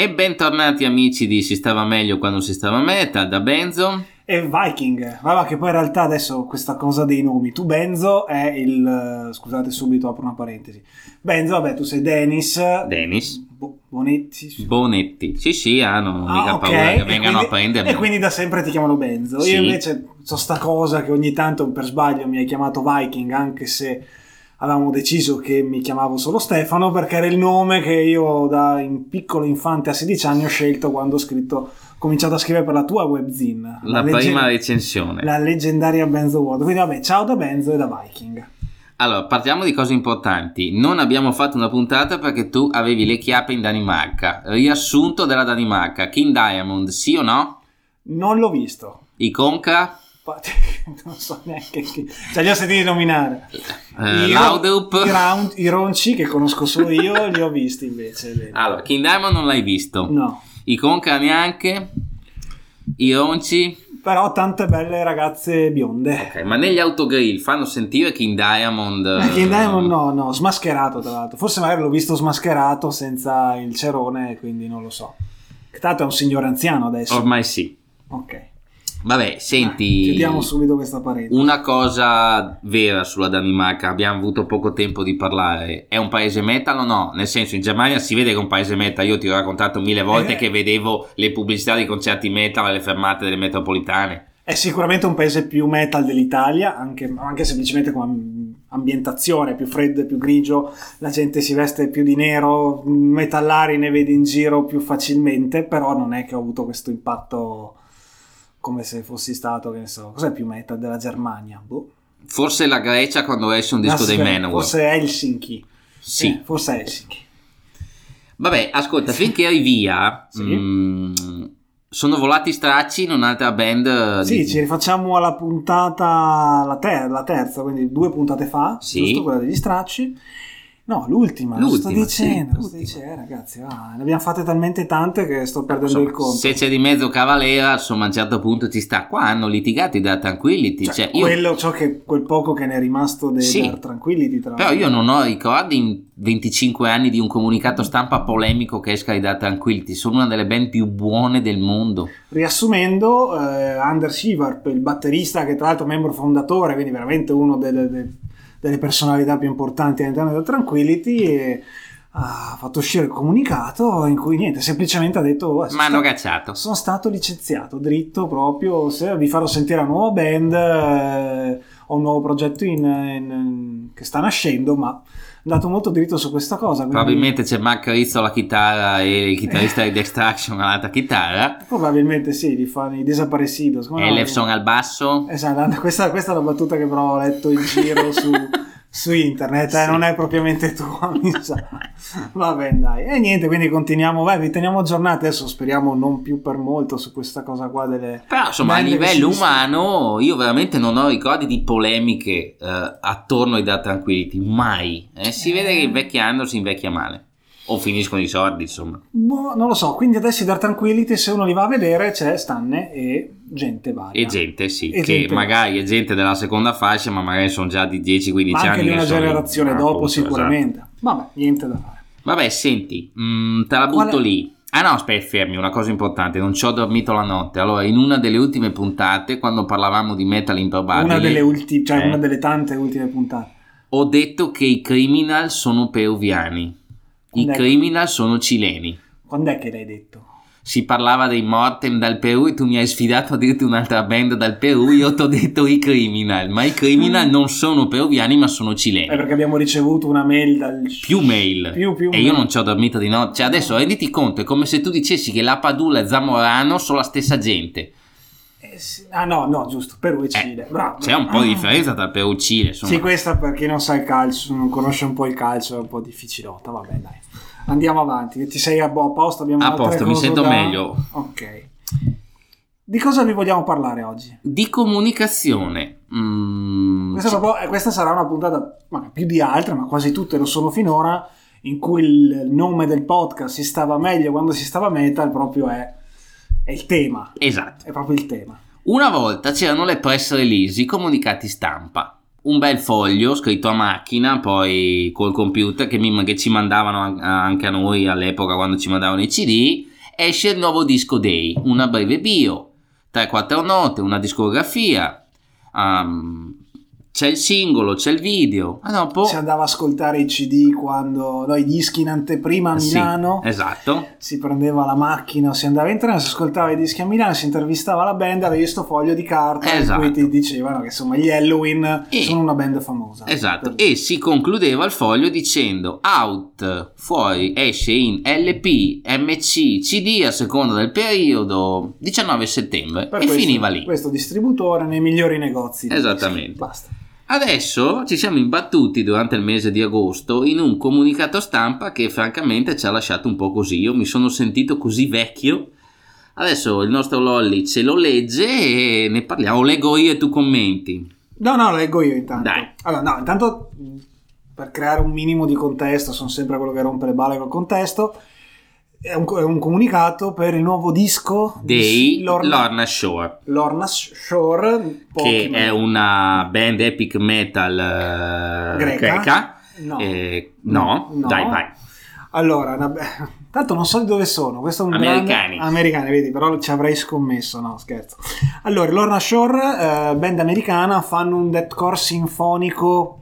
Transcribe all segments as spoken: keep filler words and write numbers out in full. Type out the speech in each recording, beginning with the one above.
E bentornati amici di Si stava meglio quando si stava metal, da Benzo e Viking. Vabbè, che poi in realtà adesso questa cosa dei nomi, tu Benzo è il, scusate subito apro una parentesi, Benzo, vabbè, tu sei Dennis Dennis Bo- Bonetti Bonetti, sì sì, ah, non ho ah, mica okay. paura che E vengano quindi, a prendermi. E quindi da sempre ti chiamano Benzo. Sì. Io invece so sta cosa che ogni tanto per sbaglio mi hai chiamato Viking, anche se avevamo deciso che mi chiamavo solo Stefano, perché era il nome che io da in piccolo infante a sedici anni ho scelto quando ho scritto, ho cominciato a scrivere per la tua webzine, la, la legge- prima recensione, la leggendaria Benzo World. Quindi vabbè, ciao da Benzo e da Viking. Allora, partiamo di cose importanti. Non abbiamo fatto una puntata perché tu avevi le chiappe in Danimarca. Riassunto della Danimarca: King Diamond, sì o no? Non l'ho visto. Iconca? Non so neanche chi. Cioè li ho sentiti nominare. Uh, Laudrup. I, round, I Ronci che conosco solo io li ho visti invece. Allora, King Diamond non l'hai visto? No. I Conca neanche? I Ronci? Però tante belle ragazze bionde. Ok, ma negli autogrill fanno sentire King Diamond? Eh, King Diamond no, no, smascherato tra l'altro. Forse magari l'ho visto smascherato senza il cerone, quindi non lo so. Che tanto è un signore anziano adesso. Ormai sì. Ok. Vabbè, senti, eh, chiudiamo subito questa parentesi. Una cosa vera sulla Danimarca, abbiamo avuto poco tempo di parlare. È un paese metal o no? Nel senso, in Germania si vede che è un paese metal. Io ti ho raccontato mille volte eh. che vedevo le pubblicità dei concerti metal alle fermate delle metropolitane. È sicuramente un paese più metal dell'Italia, anche, anche semplicemente come ambientazione, più freddo e più grigio, la gente si veste più di nero, metallari ne vedi in giro più facilmente, però non è che ho avuto questo impatto come se fossi stato, che ne so, cos'è più metal della Germania? Boh. Forse la Grecia quando esce un disco dei Manowar. Forse Helsinki. Sì. Eh, forse Helsinki. Vabbè, ascolta, finché eri via, sì. mh, sono volati stracci in un'altra band. Sì, di... ci rifacciamo alla puntata, la, ter- la terza, quindi due puntate fa, sì. Giusto, quella degli stracci. No, l'ultima, l'ultima, lo sto dicendo, sì, lo sto dicendo, eh, ragazzi, ah, ne abbiamo fatte talmente tante che sto perdendo insomma, il conto. Se c'è di mezzo Cavalera, insomma, a un certo punto ci sta. Qua hanno litigato i Dark Tranquillity. Cioè, cioè, io... quello, ciò che, quel poco che ne è rimasto dei sì. Dark Tranquillity. Tra Però io non ho ricordi in venticinque anni di un comunicato stampa polemico che esca i Dark Tranquillity. Sono una delle band più buone del mondo. Riassumendo, eh, Anders Shivarp, il batterista, che tra l'altro è membro fondatore, quindi veramente uno delle... delle delle personalità più importanti all'interno della Tranquillity, e ha fatto uscire il comunicato in cui niente, semplicemente ha detto oh, ma hanno cacciato, sono stato licenziato dritto proprio, se vi farò sentire la nuova band, eh, ho un nuovo progetto in, in, che sta nascendo, ma è andato molto dritto su questa cosa, quindi... probabilmente c'è Mark Rizzo alla chitarra e il chitarrista di The Extraction all'altra chitarra, probabilmente sì, li fanno i Desaparecidos, Elefson al basso. Esatto, questa, questa è la battuta che però ho letto in giro su su internet, sì. eh, non è propriamente tua, mi sa. Vabbè, dai. E niente, quindi continuiamo, vai, vi teniamo aggiornati adesso, speriamo non più per molto su questa cosa qua delle... Però insomma a livello umano io veramente non ho ricordi di polemiche eh, attorno ai Dark Tranquillity, mai. Eh, si eh. vede che invecchiando si invecchia male. O finiscono i soldi, insomma. Boh, non lo so, quindi adesso i Dark Tranquillity, se uno li va a vedere, c'è Stanne e gente varia. E gente, sì, e che gente magari varia. È gente della seconda fascia, ma magari sono già di dieci quindici anni. Ma anche di una sono... generazione ah, dopo, appunto, sicuramente. Esatto. Vabbè, niente da fare. Vabbè, senti, mh, te la butto Qual è? lì. Ah no, aspetta, fermi, una cosa importante, non ci ho dormito la notte. Allora, in una delle ultime puntate, quando parlavamo di metal improbabile... Una delle ultime, cioè eh, una delle tante ultime puntate. Ho detto che i Criminal sono peruviani. I Criminal sono cileni. Quando è che l'hai detto? Si parlava dei Mortem dal Perù e tu mi hai sfidato a dirti un'altra band dal Perù. Io ti ho detto i Criminal, ma i Criminal non sono peruviani ma sono cileni. È perché abbiamo ricevuto una mail dal... Più mail. Più, più e mail. Io non ci ho dormito di notte. Cioè adesso renditi conto, è come se tu dicessi che la Padula e Zamorano sono la stessa gente. Eh sì. Ah no, no, giusto, Perù e Cile. Eh, Bravo. C'è un po' di differenza tra Perù e Cile. Insomma. Sì, questa per chi non sa il calcio, non conosce un po' il calcio, è un po' difficilota. Vabbè, dai. Andiamo avanti, ti sei a posto? Abbiamo a posto, mi sento da... meglio. Ok. Di cosa vi vogliamo parlare oggi? Di comunicazione. Mm, questa, proprio, questa sarà una puntata, ma più di altre, ma quasi tutte lo sono finora, in cui il nome del podcast Si stava meglio quando si stava metal proprio è, è il tema. Esatto. È proprio il tema. Una volta c'erano le press release, i comunicati stampa. Un bel foglio scritto a macchina, poi col computer che, mi, che ci mandavano anche a noi all'epoca quando ci mandavano i C D, esce il nuovo disco Day, una breve bio, tre quattro note, una discografia, um, c'è il singolo, c'è il video. Ah, dopo si andava a ascoltare i C D quando no, i dischi in anteprima a Milano. Sì, esatto. Si prendeva la macchina, si andava in treno, si ascoltava i dischi a Milano, si intervistava la band, avevi sto foglio di carta esatto. in cui ti dicevano che insomma gli Halloween e, sono una band famosa. Esatto. E si concludeva il foglio dicendo out, fuori, esce in L P, M C, C D a seconda del periodo, diciannove settembre, per e questo, finiva lì. Questo distributore nei migliori negozi. Esattamente. Basta. Adesso ci siamo imbattuti durante il mese di agosto in un comunicato stampa che francamente ci ha lasciato un po' così. Io mi sono sentito così vecchio. Adesso il nostro Lolli ce lo legge e ne parliamo. Leggo io e tu commenti. No, no, leggo io intanto. Dai. Allora, no, intanto per creare un minimo di contesto, sono sempre quello che rompe le balle col contesto. È un, è un comunicato per il nuovo disco dei Lorna, Lorna Shore. Lorna Shore, che è una band epic metal uh, greca. greca. No. Eh, no. no, dai, vai. Allora, una, tanto non so di dove sono. Questo è un americani. Brand, americani, vedi, però ci avrei scommesso. No, scherzo. Allora, Lorna Shore, uh, band americana, fanno un deathcore sinfonico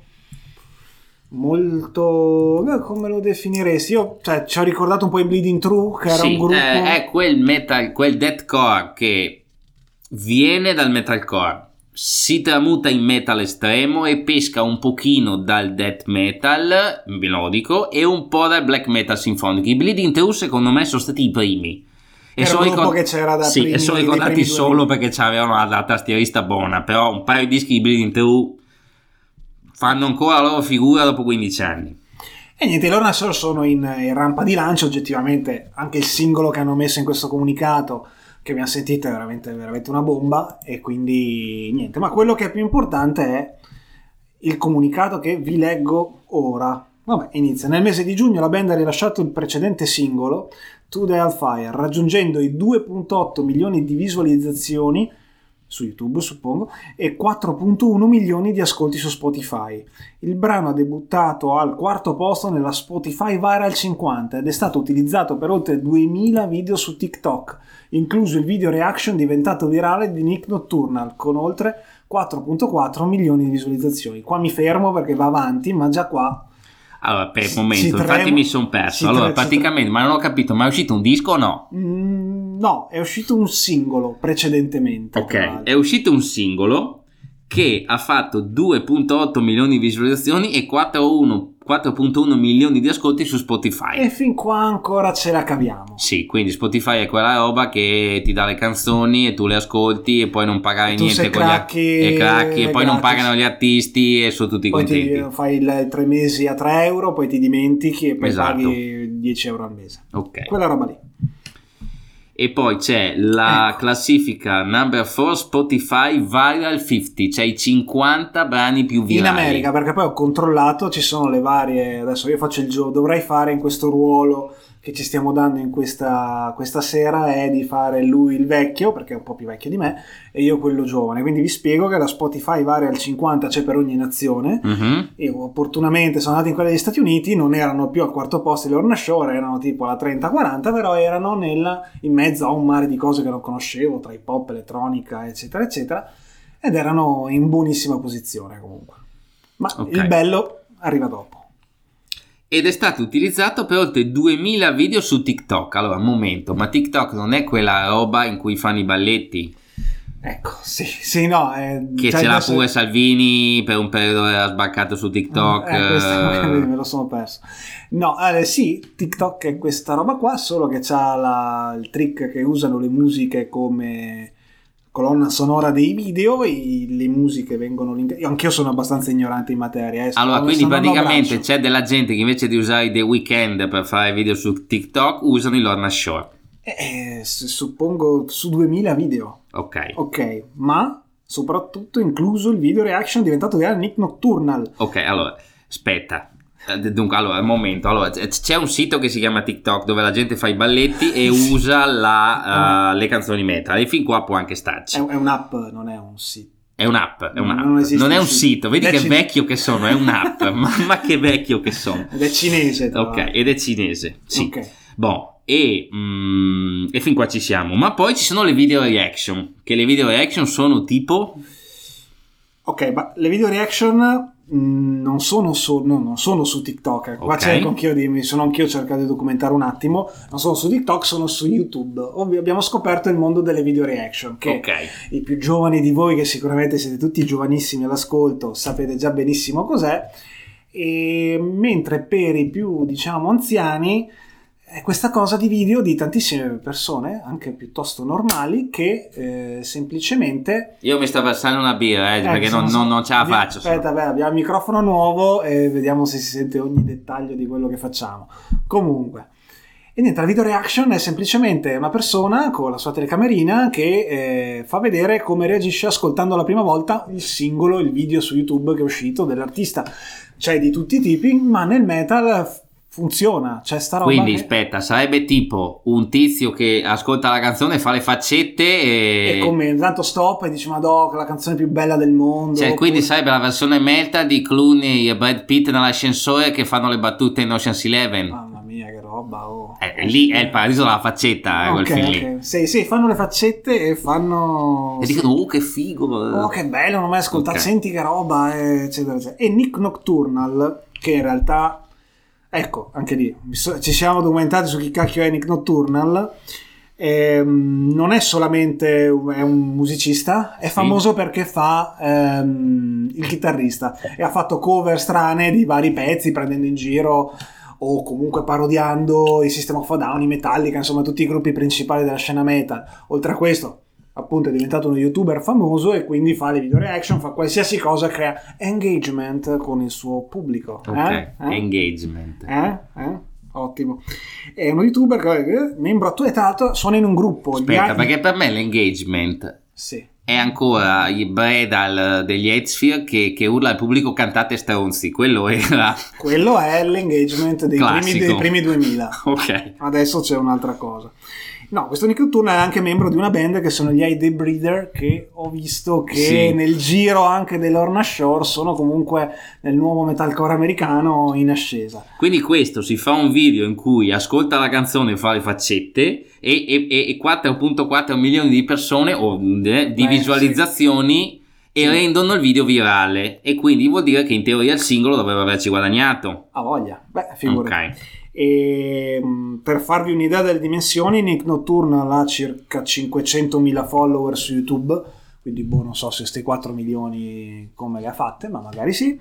molto, come lo definiresti? Io cioè, ci ho ricordato un po' i Bleeding True, che era sì, un gruppo eh, è quel metal, quel deathcore che viene dal metalcore, si tramuta in metal estremo e pesca un pochino dal death metal melodico e un po' dal black metal sinfonico. I Bleeding True secondo me sono stati i primi e sono, ricord- che c'era da sì, primi, e sono ricordati solo perché c'avevano la, la tastierista buona, però un paio di dischi di Bleeding True fanno ancora la loro figura dopo quindici anni. E niente, loro adesso sono in, in rampa di lancio. Oggettivamente anche il singolo che hanno messo in questo comunicato che abbiamo sentito è veramente, veramente una bomba, e quindi niente, ma quello che è più importante è il comunicato che vi leggo ora. Vabbè, inizia. Nel mese di giugno la band ha rilasciato il precedente singolo To the Hellfire, raggiungendo i due virgola otto milioni di visualizzazioni su YouTube, suppongo, e quattro virgola uno milioni di ascolti su Spotify. Il brano ha debuttato al quarto posto nella Spotify Viral cinquanta ed è stato utilizzato per oltre duemila video su TikTok, incluso il video reaction diventato virale di Nick Nocturnal con oltre quattro virgola quattro milioni di visualizzazioni. Qua mi fermo perché va avanti, ma già qua allora per il momento infatti tremo, mi sono perso allora tre, praticamente ma non ho capito, ma è uscito un disco o no? Mm, no, è uscito un singolo precedentemente. Ok, è uscito un singolo che ha fatto due virgola otto milioni di visualizzazioni e quattro virgola uno milioni di ascolti su Spotify. E fin qua ancora ce la caviamo. Sì, quindi Spotify è quella roba che ti dà le canzoni e tu le ascolti e poi non pagare niente con cracchi, gli artisti e cracchi e poi non pagano gli artisti e sono tutti poi contenti. Poi fai il tre mesi a tre euro, poi ti dimentichi e poi esatto. paghi dieci euro al mese. Ok. Quella roba lì. E poi c'è la ecco. classifica number four Spotify Viral cinquanta, cioè i cinquanta brani più virali. In America, perché poi ho controllato, ci sono le varie, adesso io faccio il gioco, dovrei fare in questo ruolo che ci stiamo dando in questa, questa sera è di fare lui il vecchio, perché è un po' più vecchio di me, e io quello giovane. Quindi vi spiego che la Spotify Viral cinquanta c'è per ogni nazione. Mm-hmm. Io opportunamente sono andato in quella degli Stati Uniti, non erano più al quarto posto di Lorna Shore, erano tipo alla trenta quaranta, però erano nella, in mezzo a un mare di cose che non conoscevo, tra hip hop, elettronica, eccetera, eccetera, ed erano in buonissima posizione comunque. Ma okay. Il bello arriva dopo. Ed è stato utilizzato per oltre duemila video su TikTok. Allora, un momento, ma TikTok non è quella roba in cui fanno i balletti? Ecco, sì, sì, no. Eh, che ce l'ha adesso... pure Salvini, per un periodo era sbarcato su TikTok. Eh, questo me lo sono perso. No, eh, sì, TikTok è questa roba qua, solo che c'ha la, il trick che usano le musiche come colonna sonora dei video e le musiche vengono link- io anch'io sono abbastanza ignorante in materia eh, allora quindi praticamente c'è della gente che invece di usare The Weeknd per fare video su TikTok usano il Lorna Shore eh, suppongo su duemila video ok ok ma soprattutto incluso il video reaction diventato virale Nick Nocturnal. Ok, allora aspetta. Dunque, allora, al momento, allora, c'è un sito che si chiama TikTok dove la gente fa i balletti e usa la, uh, le canzoni metal e fin qua può anche starci. È, è un'app, non è un sito. È un'app, è un'app. Non, non è un sito, sito. Vedi è che cin- vecchio che sono, è un'app, ma, ma che vecchio che sono. Ed è cinese. Ok, ed è cinese, sì. Okay. Boh, e, mm, e fin qua ci siamo. Ma poi ci sono le video reaction, che le video reaction sono tipo... Ok, ma le video reaction mh, non, sono su, no, non sono su TikTok. Qua Ok. cerco anch'io di, mi sono anch'io cercato di documentare un attimo. Non sono su TikTok, sono su YouTube. Ovvio, abbiamo scoperto il mondo delle video reaction, che Ok. i più giovani di voi, che sicuramente siete tutti giovanissimi all'ascolto, sapete già benissimo cos'è. E mentre per i più, diciamo, anziani, è questa cosa di video di tantissime persone, anche piuttosto normali, che eh, semplicemente... Io mi sto versando una birra, eh, Eh, perché non, sono- non- non ce la abbiamo- faccio. Aspetta, beh, abbiamo il microfono nuovo e vediamo se si sente ogni dettaglio di quello che facciamo. Comunque, e niente, la video reaction è semplicemente una persona con la sua telecamerina che eh, fa vedere come reagisce ascoltando la prima volta il singolo, il video su YouTube che è uscito dell'artista. C'è di tutti i tipi, ma nel metal f- funziona. C'è sta roba Quindi, che- aspetta, sarebbe tipo un tizio che ascolta la canzone, fa le faccette e... e come tanto stop e dice ma doc, la canzone più bella del mondo. Cioè, quindi Oppure- sarebbe la versione meta di Clooney e Brad Pitt nell'ascensore che fanno le battute in Ocean's Eleven. Mamma mia, che roba! Oh. Eh, lì è il paradiso della faccetta, eh, quel Ok, film lì. ok. Sì, sì, fanno le faccette e fanno... E dicono, oh, che figo. Oh, che bello, non ho mai ascoltato, Ok. senti che roba, eh, eccetera, eccetera. E Nick Nocturnal, che in realtà, ecco, anche lì, mi so- ci siamo documentati su chi cacchio è Nick Nocturnal, ehm, non è solamente un- è un musicista, è Sì. famoso perché fa ehm, il chitarrista e ha fatto cover strane di vari pezzi, prendendo in giro o comunque parodiando i System of a Down, i Metallica, insomma tutti i gruppi principali della scena metal. Oltre a questo, appunto, è diventato uno youtuber famoso e quindi fa le video reaction, fa qualsiasi cosa, crea engagement con il suo pubblico. Ok, Eh? Eh? engagement. Eh? Eh? Ottimo. È uno youtuber che è membro attuetato, suona in un gruppo. Gli Aspetta, anni- perché per me l'engagement Sì. è ancora il Bredal degli Headsphere che, che urla al pubblico cantate stronzi. Quello era... Quello è l'engagement dei primi, Classico. dei primi duemila. Ok. Adesso c'è un'altra cosa. No, questo Nick Nocturnal è anche membro di una band che sono gli I The Breeder, che ho visto che Sì. nel giro anche dell'Orna Shore sono comunque nel nuovo metalcore americano in ascesa. Quindi questo si fa un video in cui ascolta la canzone e fa le faccette e, e, e quattro virgola quattro milioni di persone o eh, di Beh, visualizzazioni e Sì. rendono il video virale, e quindi vuol dire che in teoria il singolo dovrebbe averci guadagnato. Ha voglia. Beh, figurati. Ok. E mh, per farvi un'idea delle dimensioni, Nick Nocturnal ha circa cinquecentomila follower su YouTube, quindi boh, non so se questi quattro milioni come le ha fatte, ma magari sì.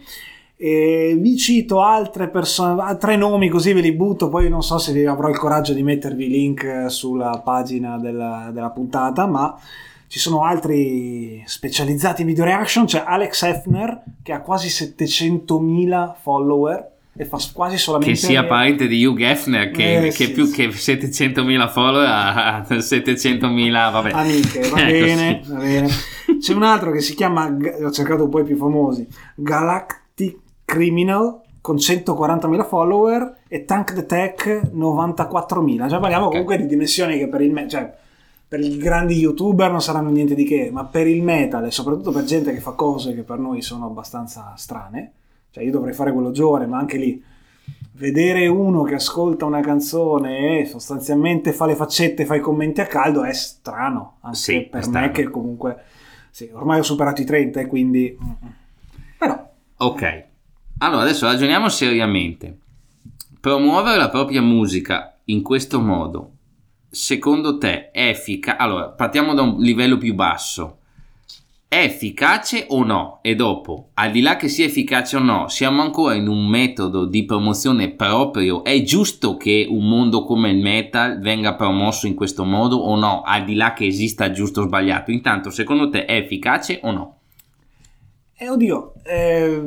E vi cito altre persone, tre nomi così ve li butto, poi non so se vi avrò il coraggio di mettervi i link sulla pagina della, della puntata, ma ci sono altri specializzati in video reaction. C'è Alex Hefner che ha quasi settecentomila follower e fa quasi solamente... Che sia parente di Hugh Hefner che, Eh, che sì, più sì. che settecentomila follower ha settecentomila, vabbè. Amiche, va Ecco, bene, sì. va bene. C'è un altro che si chiama, ho cercato un po' i più famosi, Galactic Criminal con centoquarantamila follower e Tank the Tech novantaquattromila. Cioè parliamo Ok. comunque di dimensioni che per il me- cioè per i grandi youtuber non saranno niente di che, ma per il metal e soprattutto per gente che fa cose che per noi sono abbastanza strane, cioè io dovrei fare quello giovane, ma anche lì vedere uno che ascolta una canzone e sostanzialmente fa le faccette, fa i commenti a caldo è strano, anche Sì, è per strano. me che comunque sì, ormai ho superato i trenta e quindi però Ok, allora adesso ragioniamo seriamente. Promuovere la propria musica in questo modo, secondo te è efficace? Allora, partiamo da un livello più basso. È efficace o no? E dopo, al di là che sia efficace o no, siamo ancora in un metodo di promozione proprio? È giusto che un mondo come il metal venga promosso in questo modo o no? Al di là che esista giusto o sbagliato. Intanto, secondo te è efficace o no? eh, oddio eh,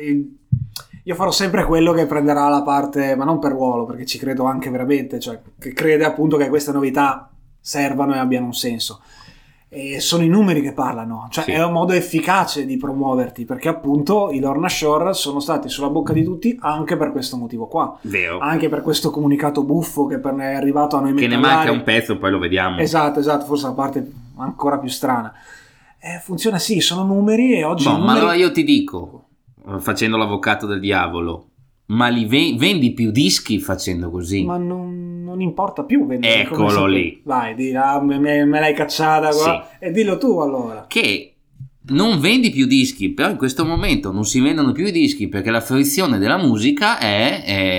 io farò sempre quello che prenderà la parte, ma non per ruolo, perché ci credo anche veramente, cioè che crede appunto che queste novità servano e abbiano un senso. E sono i numeri che parlano, cioè Sì. è un modo efficace di promuoverti, perché appunto i Lorna Shore sono stati sulla bocca di tutti anche per questo motivo qua, Vero. anche per questo comunicato buffo che per ne è arrivato a noi Che ne metallari. manca un pezzo, poi lo vediamo. Esatto, esatto, forse la parte ancora più strana. Eh, funziona sì, sono numeri e oggi... No, i ma numeri... allora io ti dico, facendo l'avvocato del diavolo, ma li ve- vendi più dischi facendo così? Ma non, non non importa più vendere. Eccolo lì. Vai, di, ah, me, me l'hai cacciata qua, sì. E dillo tu allora. Che non vendi più dischi, però in questo momento non si vendono più i dischi perché la fruizione della musica è,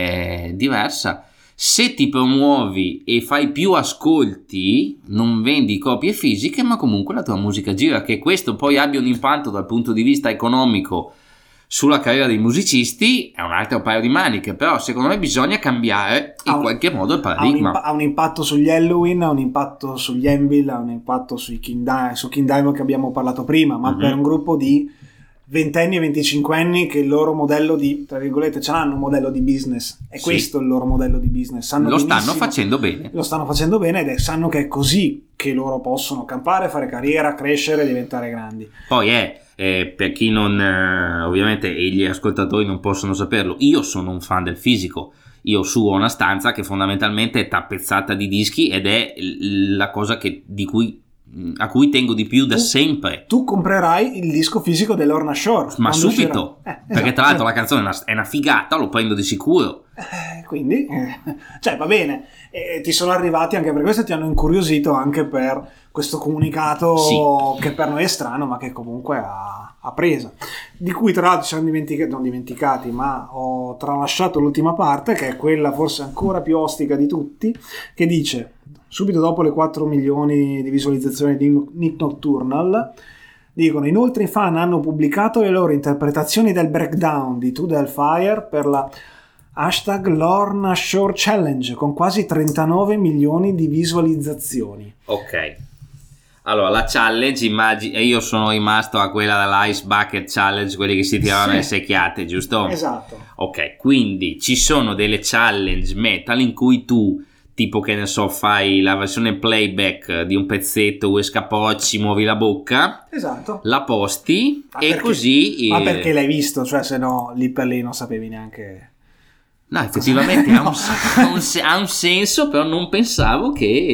è diversa. Se ti promuovi e fai più ascolti, non vendi copie fisiche, ma comunque la tua musica gira. Che questo poi abbia un impatto dal punto di vista economico sulla carriera dei musicisti è un altro paio di maniche, però secondo me bisogna cambiare in un, qualche modo il paradigma. Ha un, imp- ha un impatto sugli Helloween, ha un impatto sugli Anvil, ha un impatto sui King Di- su King Diamond che abbiamo parlato prima, ma mm-hmm. per un gruppo di ventenni e venticinquenni che il loro modello di, tra virgolette, ce l'hanno un modello di business, è sì. questo il loro modello di business. Sanno lo stanno facendo bene. Lo stanno facendo bene ed è, sanno che è così che loro possono campare, fare carriera, crescere, diventare grandi. Poi è, eh, per chi non, eh, ovviamente, e gli ascoltatori non possono saperlo, io sono un fan del fisico. Io suo una stanza che fondamentalmente è tappezzata di dischi ed è la cosa che, di cui a cui tengo di più da tu, sempre. Tu comprerai il disco fisico dell'Orna Shore, ma subito, eh, esatto. Perché tra l'altro la canzone è una, è una figata, lo prendo di sicuro. Eh, quindi, eh, cioè va bene, eh, ti sono arrivati anche per questo, ti hanno incuriosito anche per questo comunicato sì. che per noi è strano, ma che comunque ha, ha presa. Di cui tra l'altro ci siamo dimenticati, non dimenticati, ma ho tralasciato l'ultima parte, che è quella forse ancora più ostica di tutti, che dice: subito dopo le quattro milioni di visualizzazioni di Nick Nocturnal, dicono: inoltre i fan hanno pubblicato le loro interpretazioni del breakdown di To the Hellfire per la hashtag Lorna Shore Challenge con quasi trentanove milioni di visualizzazioni. Ok, allora la challenge, immagino, io sono rimasto a quella dell'Ice Bucket Challenge, quelli che si tiravano sì. le secchiate, giusto? Esatto. Ok, quindi ci sono delle challenge metal in cui tu, tipo che ne so, fai la versione playback di un pezzetto, due scapocci, muovi la bocca, esatto, la posti ma e perché, così. Ma perché l'hai visto? Cioè, se no, lì per lì non sapevi neanche. No, effettivamente ha, un, ha, un, ha un senso, però non pensavo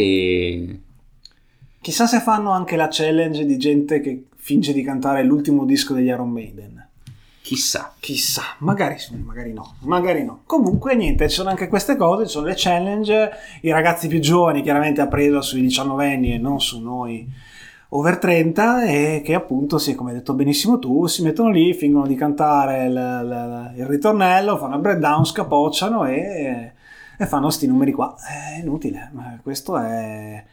che. Chissà se fanno anche la challenge di gente che finge di cantare l'ultimo disco degli Iron Maiden. Chissà. Chissà, magari, magari no, magari no. Comunque niente, ci sono anche queste cose, ci sono le challenge, i ragazzi più giovani chiaramente ha preso sui diciannovenni e non su noi over trenta, e che appunto, sì, come hai detto benissimo tu, si mettono lì, fingono di cantare il, il, il ritornello, fanno il breakdown, scapocciano e, e fanno sti numeri qua. È inutile, questo è...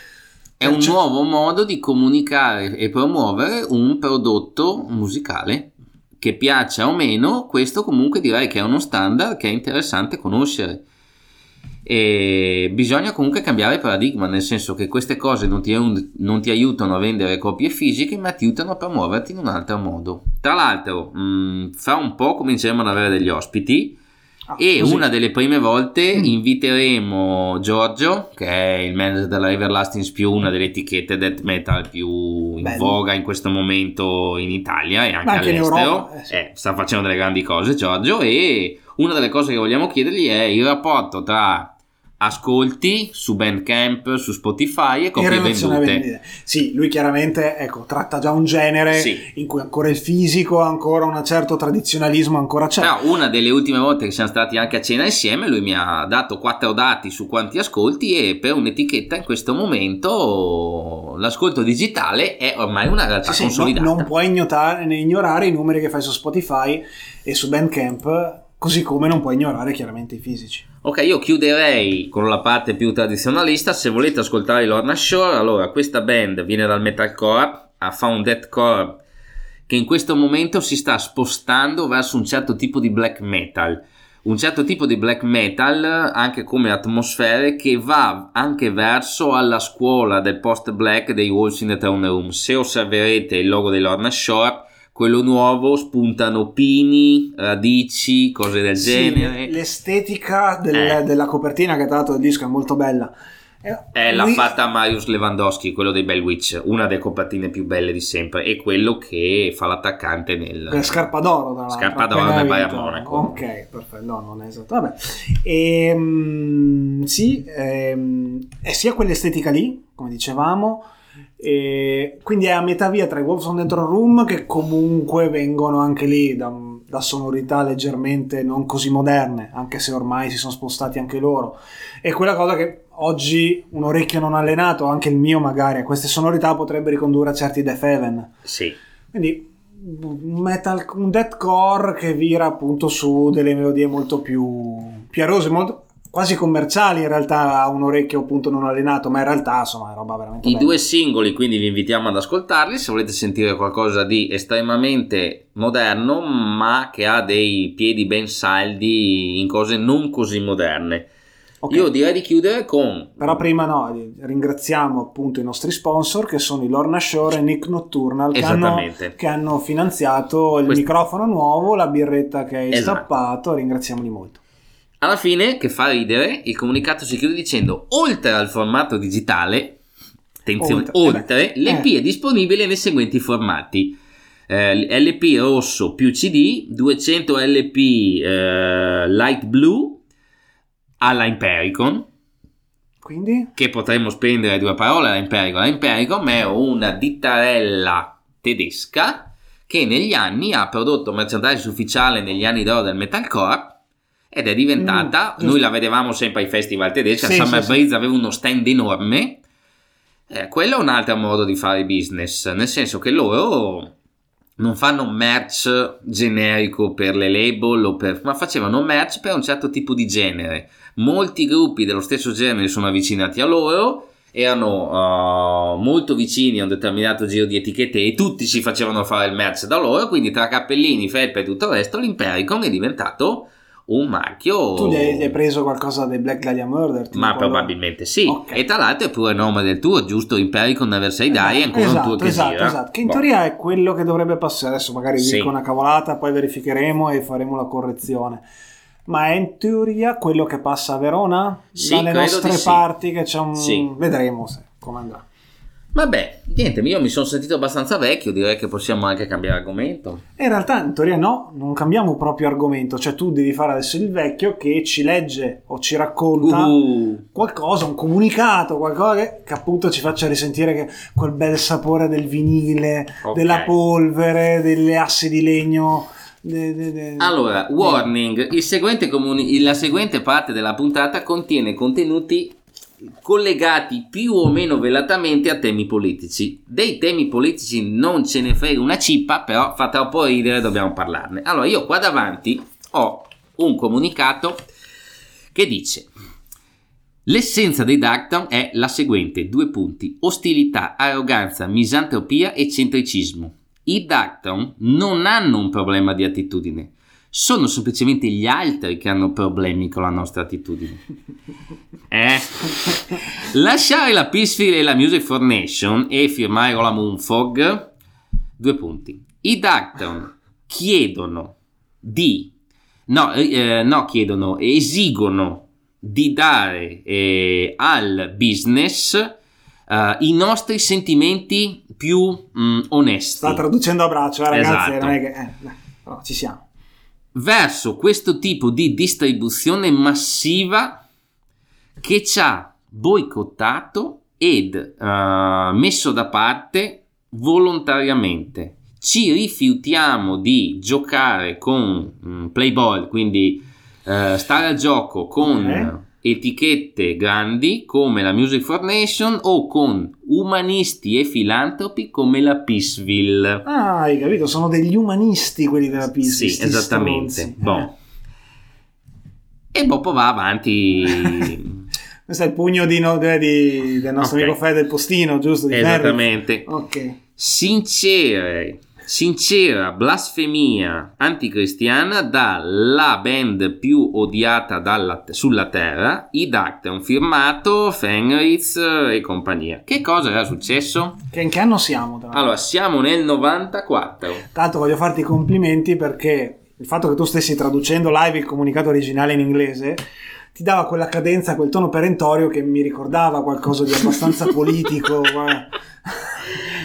È un nuovo modo di comunicare e promuovere un prodotto musicale. Che piaccia o meno, questo comunque direi che è uno standard che è interessante conoscere. E bisogna comunque cambiare paradigma, nel senso che queste cose non ti, non ti aiutano a vendere copie fisiche, ma ti aiutano a promuoverti in un altro modo. Tra l'altro, mh, fra un po' cominceremo ad avere degli ospiti. Ah, e così. Una delle prime volte mm. inviteremo Giorgio, che è il manager della Everlasting Spew, una delle etichette death metal più in Bello. voga in questo momento in Italia e anche, anche all'estero. Eh, sì. eh, sta facendo delle grandi cose Giorgio, e una delle cose che vogliamo chiedergli è il rapporto tra ascolti su Bandcamp, su Spotify e copie vendute. Sì, lui chiaramente, ecco, tratta già un genere sì. in cui ancora il fisico, ancora un certo tradizionalismo ancora c'è. Però una delle ultime volte che siamo stati anche a cena insieme, lui mi ha dato quattro dati su quanti ascolti, e per un'etichetta in questo momento l'ascolto digitale è ormai una realtà sì, consolidata. Non, non puoi ignorare, ignorare i numeri che fai su Spotify e su Bandcamp, così come non puoi ignorare chiaramente i fisici. Ok, io chiuderei con la parte più tradizionalista. Se volete ascoltare Lorna Shore, allora questa band viene dal metalcore, ha fa un deathcore che in questo momento si sta spostando verso un certo tipo di black metal, un certo tipo di black metal anche come atmosfere, che va anche verso alla scuola del post black dei Wolves in the Throne Room. Se osserverete il logo di Lorna Shore, quello nuovo, spuntano pini, radici, cose del sì, genere. L'estetica del, eh. della copertina, che tra l'altro il disco è molto bella. È lui... l'ha fatta Mariusz Lewandowski, quello dei Bell Witch, una delle copertine più belle di sempre, e quello che fa l'attaccante nel... Per Scarpa d'Oro, tra Scarpa d'Oro del Bayern Monaco. Ok, perfetto, no, non è esatto. Vabbè. E, sì, ehm, è sia quell'estetica lì, come dicevamo, e quindi è a metà via tra i Wolves on the Throne Room, che comunque vengono anche lì da, da sonorità leggermente non così moderne, anche se ormai si sono spostati anche loro. E quella cosa che oggi un orecchio non allenato, anche il mio magari, a queste sonorità potrebbe ricondurre a certi Death Heaven. Sì. Quindi un metal, un deathcore che vira appunto su delle melodie molto più piarose, molto quasi commerciali in realtà a un orecchio appunto non allenato, ma in realtà insomma è roba veramente I bella. due singoli quindi vi invitiamo ad ascoltarli se volete sentire qualcosa di estremamente moderno ma che ha dei piedi ben saldi in cose non così moderne. Okay. Io direi di chiudere con... Però prima no, ringraziamo appunto i nostri sponsor che sono i Lorna Shore e Nick Nocturnal che hanno, che hanno finanziato il Quest... microfono nuovo, la birretta che hai esatto. stappato, ringraziamoli molto. Alla fine, che fa ridere, il comunicato si chiude dicendo: oltre al formato digitale, attenzione, oltre, oltre eh l'E P eh. è disponibile nei seguenti formati: eh, L P rosso più C D, duecento L P eh, light blue alla Impericon. Quindi? Che potremmo spendere due parole alla Impericon. La Impericon è una dittarella tedesca che negli anni ha prodotto merchandise ufficiale negli anni d'oro del metalcore. Ed è diventata, mm, noi la vedevamo sempre ai festival tedeschi, sì, a Summer sì, Breeze sì. aveva uno stand enorme. Eh, quello è un altro modo di fare business, nel senso che loro non fanno merch generico per le label, o per, ma facevano merch per un certo tipo di genere. Molti gruppi dello stesso genere sono avvicinati a loro, erano uh, molto vicini a un determinato giro di etichette e tutti si facevano fare il merch da loro, quindi tra cappellini, felpe e tutto il resto l'Impericon è diventato un marchio. Tu gli hai, gli hai preso qualcosa dei Black Dahlia Murder? Ma probabilmente sì. Okay. E tra l'altro è pure il nome del tour, giusto? Impericon Neversaid Die è ancora esatto, un tour che esatto, gira. Esatto, che in boh. teoria è quello che dovrebbe passare. Adesso magari sì. dico una cavolata, poi verificheremo e faremo la correzione. Ma è in teoria quello che passa a Verona? Sì, dalle nostre sì. parti che c'è un... Sì. Vedremo se come andrà. Vabbè, niente, io mi sono sentito abbastanza vecchio, direi che possiamo anche cambiare argomento. In realtà in teoria no, non cambiamo proprio argomento, cioè tu devi fare adesso il vecchio che ci legge o ci racconta uh. qualcosa, un comunicato, qualcosa che, che appunto ci faccia risentire che quel bel sapore del vinile, okay. della polvere, delle assi di legno. De, de, de, allora, warning, il seguente comuni- la seguente parte della puntata contiene contenuti collegati più o meno velatamente a temi politici. Dei temi politici non ce ne frega una cippa, però fa troppo ridere, dobbiamo parlarne. Allora io qua davanti ho un comunicato che dice: l'essenza dei Darktown è la seguente, due punti, ostilità, arroganza, misantropia e centricismo. I Darktown non hanno un problema di attitudine, sono semplicemente gli altri che hanno problemi con la nostra attitudine. Eh? Lasciare la Peaceville e la Music for Nation e firmare con la Moonfog, due punti. I Darktown chiedono di no, eh, no chiedono esigono di dare eh, al business eh, i nostri sentimenti più mh, onesti. Sta traducendo a braccio, eh, ragazzi, esatto. non è che eh, no, ci siamo. Verso questo tipo di distribuzione massiva che ci ha boicottato ed uh, messo da parte volontariamente. Ci rifiutiamo di giocare con um, Playboy, quindi uh, stare al gioco con okay. etichette grandi come la Music for Nation o con umanisti e filantropi come la Peaceville. Ah, hai capito? Sono degli umanisti quelli della Peaceville. Sì, esattamente. Bon. E dopo va avanti. Questo è il pugno di, no, di, del nostro okay. amico Fede del Postino, giusto? Di esattamente. Ok. Sincere. Sincera blasfemia anticristiana dalla band più odiata dalla, sulla terra, i Darktown, firmato Fenritz e compagnia. Che cosa era successo? Che in che anno siamo? Tra allora, siamo nel novantaquattro. Tanto voglio farti i complimenti perché il fatto che tu stessi traducendo live il comunicato originale in inglese ti dava quella cadenza, quel tono perentorio che mi ricordava qualcosa di abbastanza politico.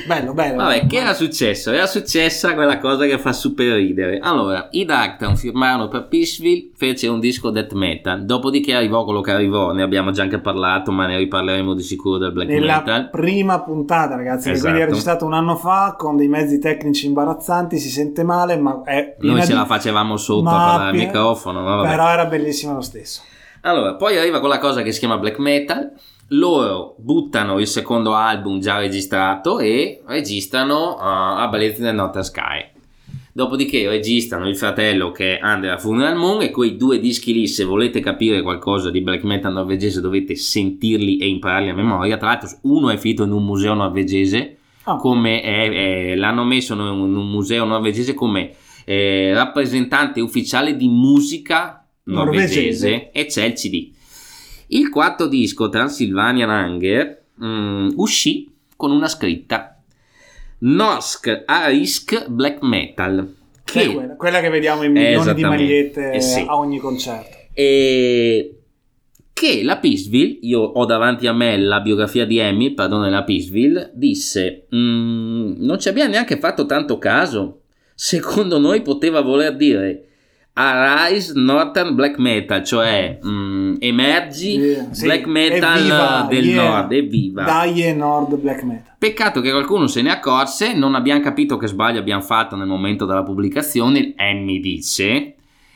bello, bello. Vabbè, bello. che era successo? Era successa quella cosa che fa super ridere. Allora, i Darktown firmarono per Peaceville, fece un disco death metal, dopodiché arrivò quello che arrivò, ne abbiamo già anche parlato, ma ne riparleremo di sicuro del black Nella metal. prima puntata, ragazzi, Esatto. che quindi è registrato un anno fa con dei mezzi tecnici imbarazzanti, si sente male, ma è Noi ce di... la facevamo sotto ma a parlare al pi- microfono, ma vabbè. Però era bellissimo lo stesso. Allora, poi arriva quella cosa che si chiama black metal, loro buttano il secondo album già registrato e registrano uh, A Ballet in the Northern Sky. Dopodiché registrano il fratello che è Under a Funeral Moon, e quei due dischi lì, se volete capire qualcosa di black metal norvegese, dovete sentirli e impararli a memoria. Tra l'altro uno è finito in un museo norvegese, Oh. come è, è, l'hanno messo in un, in un museo norvegese come eh, rappresentante ufficiale di musica norvegese, Norvegese. e c'è il C D. Il quarto disco, Transylvanian Hunger, mh, uscì con una scritta: Norsk Arisk Black Metal, Che è quella, quella che vediamo in milioni di Esattamente. magliette Eh sì. a ogni concerto. e che la Peaceville, io ho davanti a me la biografia di Emmy, il padrone della Peaceville, disse: "Mm, non ci abbiamo neanche fatto tanto caso, secondo noi poteva voler dire Arise Northern Black Metal, cioè mm, emergi Yeah, sì. black metal Evviva, del yeah. nord, evviva. Dai e Nord Black Metal. Peccato che qualcuno se ne accorse, non abbiamo capito che sbaglio abbiamo fatto nel momento della pubblicazione, Emmy dice,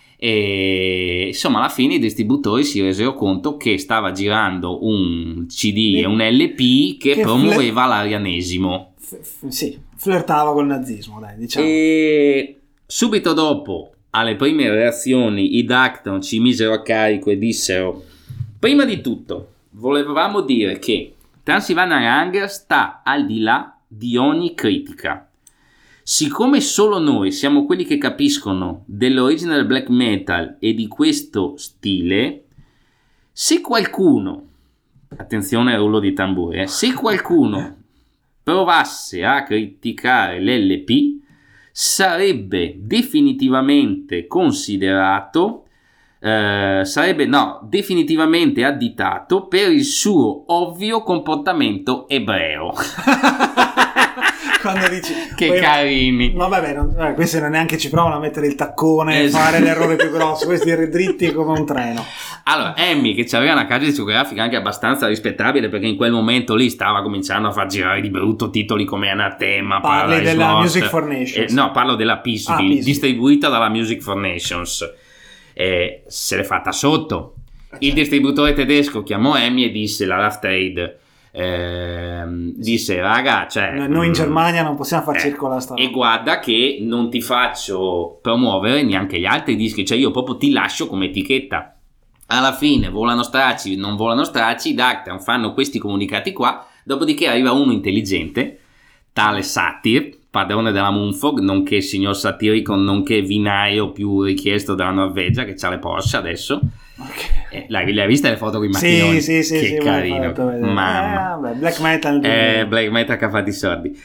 e insomma alla fine i distributori si resero conto che stava girando un C D e un L P che, Che promuoveva l'arianesimo. F- f- sì, flirtava col nazismo, dai, diciamo. E subito dopo, alle prime reazioni, i Darktown ci misero a carico e dissero: prima di tutto volevamo dire che Transylvanian Hunger sta al di là di ogni critica. Siccome solo noi siamo quelli che capiscono dell'original black metal e di questo stile, se qualcuno, attenzione al rullo di tamburi, eh, se qualcuno provasse a criticare l'L P, sarebbe definitivamente considerato, eh, sarebbe no, definitivamente additato per il suo ovvio comportamento ebreo. Quando dici Che poi- carini. Ma vabbè, non, eh, questi non neanche ci provano a mettere il taccone e Esatto. fare l'errore più grosso, questi erano dritti come un treno. Allora, Emmy, che aveva una casa discografica anche abbastanza rispettabile, perché in quel momento lì stava cominciando a far girare di brutto titoli come Anatema, Parli Paradise della Lost. Music for Nations. Eh, no, parlo della Peaceville, Ah, Peaceville. distribuita dalla Music for Nations. Eh, se l'è fatta sotto. Il distributore tedesco chiamò Emmy e disse, la Rough Trade, ehm, disse: raga, cioè, Noi noi in mm, Germania non possiamo far eh, circolare sta e guarda che non ti faccio promuovere neanche gli altri dischi, cioè io proprio ti lascio come etichetta. Alla fine volano stracci, non volano stracci, i Darktown fanno questi comunicati qua, dopodiché arriva uno intelligente, tale Satyr, padrone della Moonfog, nonché signor satirico, nonché vinaio più richiesto della Norvegia, che c'ha le Porsche adesso. Ok. Eh, l'hai, l'hai vista le foto con i Sì, macchinoni? sì, sì, che sì, me l'hai carino, fatto vedere. mamma. Eh, vabbè, black metal di- Eh, black metal che ha fatto i soldi,